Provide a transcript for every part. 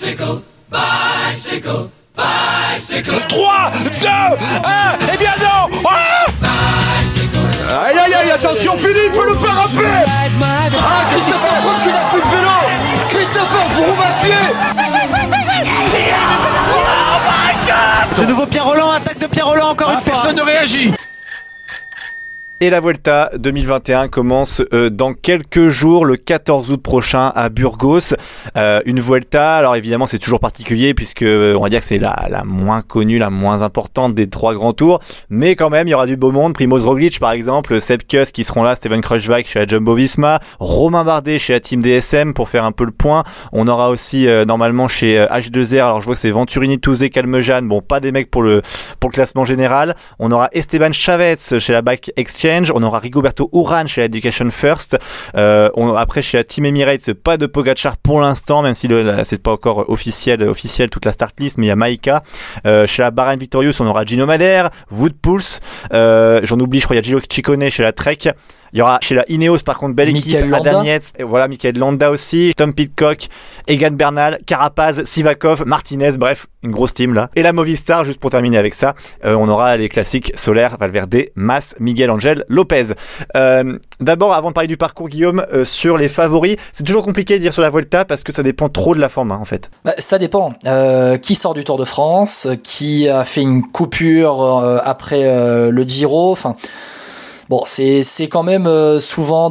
Bicycle, bicycle, bicycle. 3, 2, 1, eh bien non. Aïe aïe aïe, attention Philippe, le parapet. Ah, Christopher Froome qui n'a plus de vélo. Christopher Froome à pied. Oh my God. De nouveau Pierre Rolland, attaque de Pierre Rolland encore une fois. Personne ne réagit. Et la Vuelta 2021 commence dans quelques jours, le 14 août prochain à Burgos. Une Vuelta, alors évidemment c'est toujours particulier puisque on va dire que c'est la moins connue, la moins importante des 3 grands tours. Mais quand même, il y aura du beau monde. Primoz Roglic par exemple, Sepp Kuss qui seront là, Steven Kruijswijk chez la Jumbo-Visma, Romain Bardet chez la Team DSM pour faire un peu le point. On aura aussi normalement chez H2R, alors je vois que c'est Venturini, Touzé, Calmejane. Bon, pas des mecs pour le classement général. On aura Esteban Chavez chez la Bike Exchange. On aura Rigoberto Urán chez Education First. Après chez la Team Emirates, pas de Pogacar pour l'instant, même si c'est pas encore officiel toute la start list, mais il y a Maïka. Chez la Bahrain Victorious, on aura Gino Madère, Wout Poels. J'en oublie, je crois, il y a Gilles Ciccone chez la Trek. Il y aura chez la Ineos par contre belle équipe, Adam Yates, et voilà Michael Landa aussi, Tom Pidcock, Egan Bernal, Carapaz, Sivakov, Martinez, bref, une grosse team là. Et la Movistar, juste pour terminer avec ça, on aura les classiques Soler, Valverde, Mas, Miguel Angel, Lopez. D'abord, avant de parler du parcours, Guillaume, sur les favoris, c'est toujours compliqué de dire sur la Vuelta parce que ça dépend trop de la forme en fait. Ça dépend. Qui sort du Tour de France, qui a fait une coupure après le Giro, enfin... Bon, c'est quand même souvent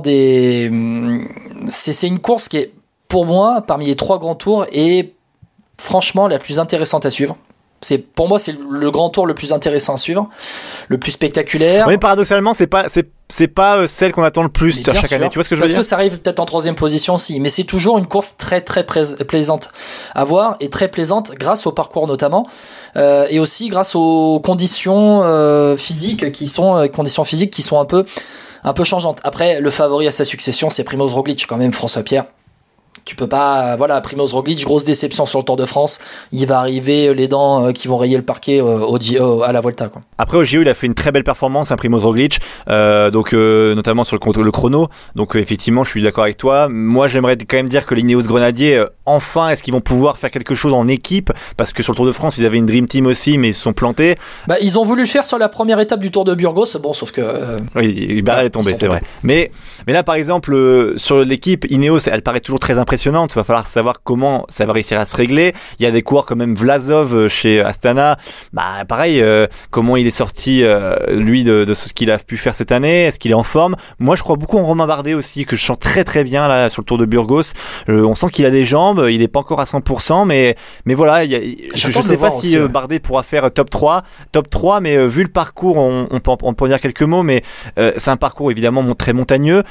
c'est une course qui est, pour moi, parmi les 3 grands tours, et franchement la plus intéressante à suivre. Pour moi, c'est le grand tour le plus intéressant à suivre, le plus spectaculaire. Oui, paradoxalement, c'est pas celle qu'on attend le plus chaque année. Tu vois ce que je veux dire ? Parce que ça arrive peut-être en 3e position aussi, mais c'est toujours une course très très plaisante à voir et très plaisante grâce au parcours notamment, et aussi grâce aux conditions physiques qui sont un peu changeantes. Après, le favori à sa succession, c'est Primoz Roglic quand même, François Pierre. Tu peux pas, Primoz Roglic, grosse déception sur le Tour de France. Il va arriver les dents qui vont rayer le parquet à la Vuelta, quoi. Après au Giro, il a fait une très belle performance, Primoz Roglic, notamment sur le chrono. Donc effectivement, je suis d'accord avec toi. Moi, j'aimerais quand même dire que l'Ineos Grenadier, enfin, est-ce qu'ils vont pouvoir faire quelque chose en équipe ? Parce que sur le Tour de France, ils avaient une Dream Team aussi, mais ils se sont plantés. Ils ont voulu le faire sur la première étape du Tour de Burgos. Bon, sauf que oui, Bardet est tombé, c'est vrai. Mais là, par exemple, sur l'équipe Ineos, elle paraît toujours très impressionnante. Il va falloir savoir comment ça va réussir à se régler. Il y a des coureurs comme même Vlasov chez Astana. Pareil, comment il est sorti, lui, de ce qu'il a pu faire cette année. Est-ce qu'il est en forme ? Moi, je crois beaucoup en Romain Bardet aussi, que je sens très très bien là sur le Tour de Burgos. On sent qu'il a des jambes. Il est pas encore à 100%, mais voilà. Je sais pas si Bardet pourra faire top 3, mais vu le parcours, on peut en dire quelques mots. Mais c'est un parcours évidemment très montagneux,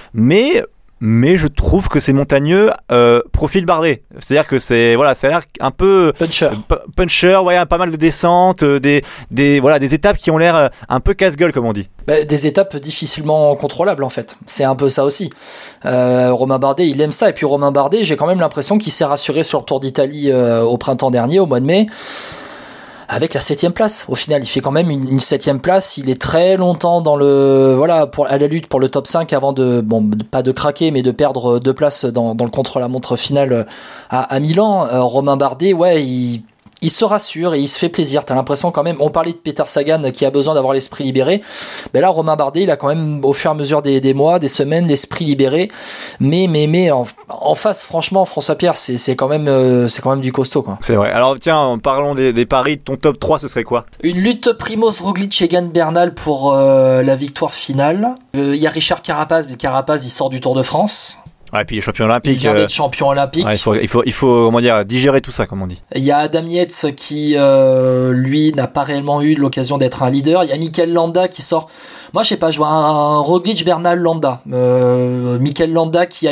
mais je trouve que c'est montagneux profil Bardet. C'est-à-dire que ça a l'air un peu puncher, ouais, pas mal de descentes, des étapes qui ont l'air un peu casse-gueule comme on dit. Des étapes difficilement contrôlables en fait. C'est un peu ça aussi. Romain Bardet, il aime ça, et puis Romain Bardet, j'ai quand même l'impression qu'il s'est rassuré sur le Tour d'Italie au printemps dernier, au mois de mai. Avec la 7e place, au final, il fait quand même une 7e place. Il est très longtemps à la lutte pour le top 5 avant pas de craquer, mais de perdre 2 places dans le contre-la-montre final à Milan. Romain Bardet, ouais, il se rassure et il se fait plaisir. T'as l'impression quand même, on parlait de Peter Sagan qui a besoin d'avoir l'esprit libéré. Mais là, Romain Bardet, il a quand même, au fur et à mesure des mois, des semaines, l'esprit libéré. Mais en face, franchement, François Pierre, c'est quand même du costaud, quoi. C'est vrai. Alors tiens, parlons des paris. Ton top 3, ce serait quoi ? Une lutte Primoz Roglic et Egan Bernal pour la victoire finale. Il y a Richard Carapaz, mais Carapaz, il sort du Tour de France. Ouais, et puis les champions olympiques. Il vient d'être champion olympique. Ouais, il faut comment dire, digérer tout ça, comme on dit. Il y a Adam Yates qui, lui, n'a pas réellement eu l'occasion d'être un leader. Il y a Mikel Landa qui sort. Moi, je sais pas, je vois un Roglic, Bernal, Landa. Mikel Landa qui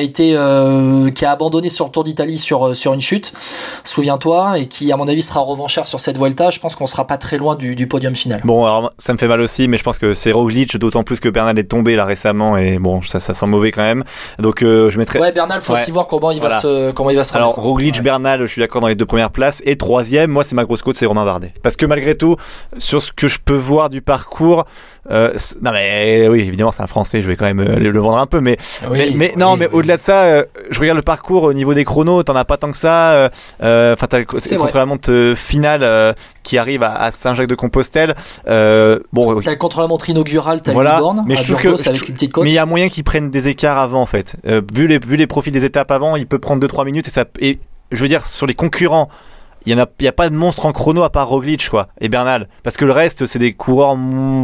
a abandonné sur le Tour d'Italie sur une chute, souviens-toi, et qui, à mon avis, sera revanchard sur cette Vuelta. Je pense qu'on sera pas très loin du podium final. Bon, alors, ça me fait mal aussi, mais je pense que c'est Roglic, d'autant plus que Bernal est tombé là récemment, et bon, ça sent mauvais quand même. Donc, je mettrai Ouais, Bernal, faut aussi voir comment il va se remettre. Alors Roglic, Bernal, je suis d'accord dans les deux premières places. Et troisième, moi c'est ma grosse côte, c'est Romain Bardet. Parce que malgré tout, sur ce que je peux voir du parcours, non mais oui, évidemment c'est un Français, je vais quand même le vendre un peu, mais au-delà de ça, je regarde le parcours au niveau des chronos, t'en as pas tant que ça. Enfin, t'as le contre-la-montre finale qui arrive à Saint-Jacques-de-Compostelle. T'as le contre-la-montre inaugural, t'as une borne, mais je trouve que avec une petite côte. Mais il y a moyen qu'ils prennent des écarts avant en fait. Vu les profils des étapes avant, il peut prendre 2-3 minutes et je veux dire sur les concurrents. Il y a pas de monstre en chrono à part Roglic quoi et Bernal parce que le reste c'est des coureurs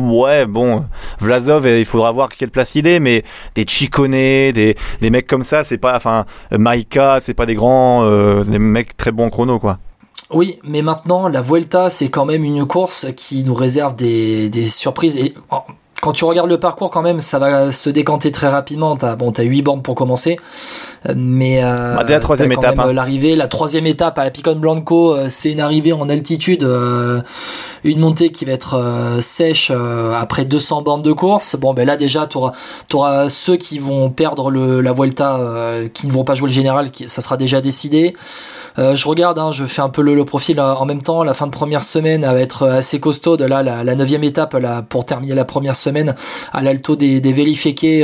Vlasov il faudra voir quelle place il est mais des Ciccone des mecs comme ça c'est pas Maïka c'est pas des grands des mecs très bons en chrono quoi. Oui, mais maintenant la Vuelta c'est quand même une course qui nous réserve des surprises et quand tu regardes le parcours quand même ça va se décanter très rapidement. T'as 8 bornes pour commencer mais dès la troisième étape l'arrivée, la troisième étape à la Picon Blanco c'est une arrivée en altitude, une montée qui va être sèche après 200 bornes de course. Là déjà t'auras ceux qui vont perdre la Vuelta qui ne vont pas jouer le général, ça sera déjà décidé. Je regarde, je fais un peu le profil en même temps. La fin de première semaine va être assez costaude. Là, la 9e étape là, pour terminer la première semaine à l'alto des Velifeke.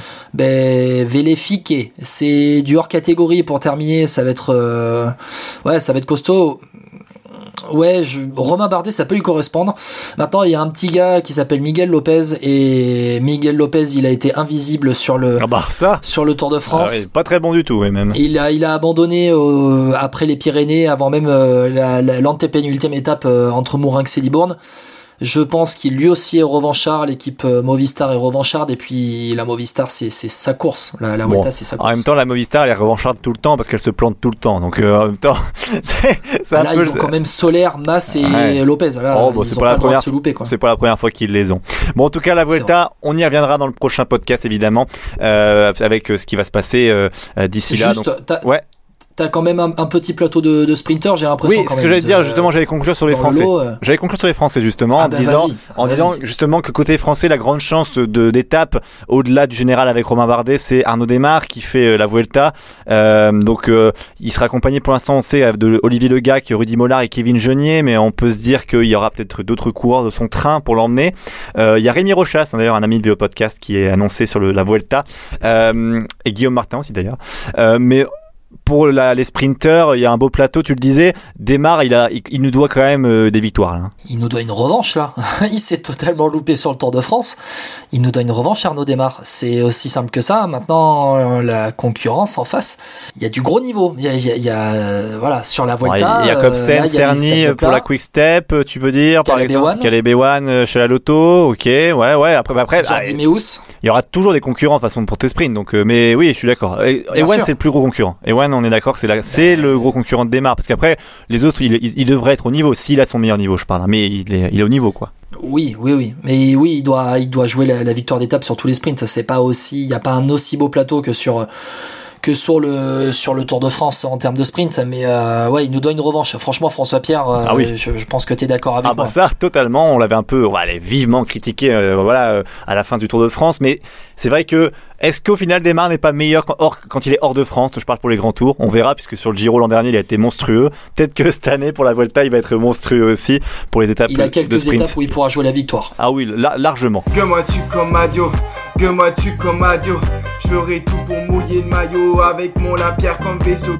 Velifeke, c'est du hors catégorie pour terminer. Ça va être costaud. Ouais, Romain Bardet, ça peut lui correspondre. Maintenant, il y a un petit gars qui s'appelle Miguel Lopez et Miguel Lopez, il a été invisible sur le Tour de France. Oui, pas très bon du tout, même. Il a abandonné après les Pyrénées, avant même l'antépénultième étape entre Mourinx et Libourne. Je pense qu'il lui aussi est revanchard, l'équipe Movistar est revancharde et puis la Movistar c'est sa course, la Vuelta c'est sa course. En même temps la Movistar elle est revancharde tout le temps parce qu'elle se plante tout le temps donc en même temps là ils ont quand même Soler, Mas et Lopez là, ils ont pas le droit de se louper quoi. C'est pas la première fois qu'ils les ont. Bon en tout cas la Vuelta on y reviendra dans le prochain podcast évidemment avec ce qui va se passer d'ici là. T'as quand même un petit plateau de sprinters, j'ai l'impression. Oui, ce que j'allais dire, justement, j'allais conclure sur les Français. J'allais conclure sur les Français, justement, en disant justement que côté français, la grande chance d'étape, au-delà du général avec Romain Bardet, c'est Arnaud Démare qui fait la Vuelta. Il sera accompagné pour l'instant, on sait, de Olivier Legac, Rudy Mollard et Kevin Genier, mais on peut se dire qu'il y aura peut-être d'autres coureurs de son train pour l'emmener. Il y a Rémi Rochas, d'ailleurs, un ami de Vélo Podcast qui est annoncé sur la Vuelta, et Guillaume Martin aussi, d'ailleurs. Mais pour les sprinters, il y a un beau plateau, tu le disais. Démare, il nous doit quand même des victoires. Là. Il nous doit une revanche, là. Il s'est totalement loupé sur le Tour de France. Il nous doit une revanche, Arnaud Démare. C'est aussi simple que ça. Maintenant, la concurrence en face, il y a du gros niveau. Il y a sur la Vuelta. Il y a Cobsen, Cerny pour la Quick Step, tu veux dire, par exemple. Caleb Ewan chez la Loto. Ok, ouais. Après, Jardimeus. Il y aura toujours des concurrents de façon pour tes sprints. Donc, mais oui, je suis d'accord. Ewan, c'est le plus gros concurrent. Ewan, on est d'accord, c'est le gros concurrent de Démare parce qu'après les autres il devrait être au niveau s'il a son meilleur niveau, je parle, mais il est au niveau quoi. Oui, mais oui, il doit jouer la victoire d'étape sur tous les sprints. C'est pas aussi, il y a pas un aussi beau plateau que sur le Tour de France en termes de sprint, mais il nous doit une revanche. Franchement, François Pierre, je pense que tu es d'accord avec moi. Ça, totalement. On l'avait on va aller vivement critiqué, à la fin du Tour de France, mais c'est vrai que est-ce qu'au final Démare n'est pas meilleur quand il est hors de France? Je parle pour les grands tours. On verra puisque sur le Giro l'an dernier il a été monstrueux. Peut-être que cette année pour la Vuelta il va être monstrueux aussi pour les étapes de sprint. Il a quelques étapes où il pourra jouer la victoire. Ah oui, largement. Que moi tu comme Adio, que moi tu comme Adio. Je ferai tout pour mouiller le maillot avec mon Lapierre comme vaisseau.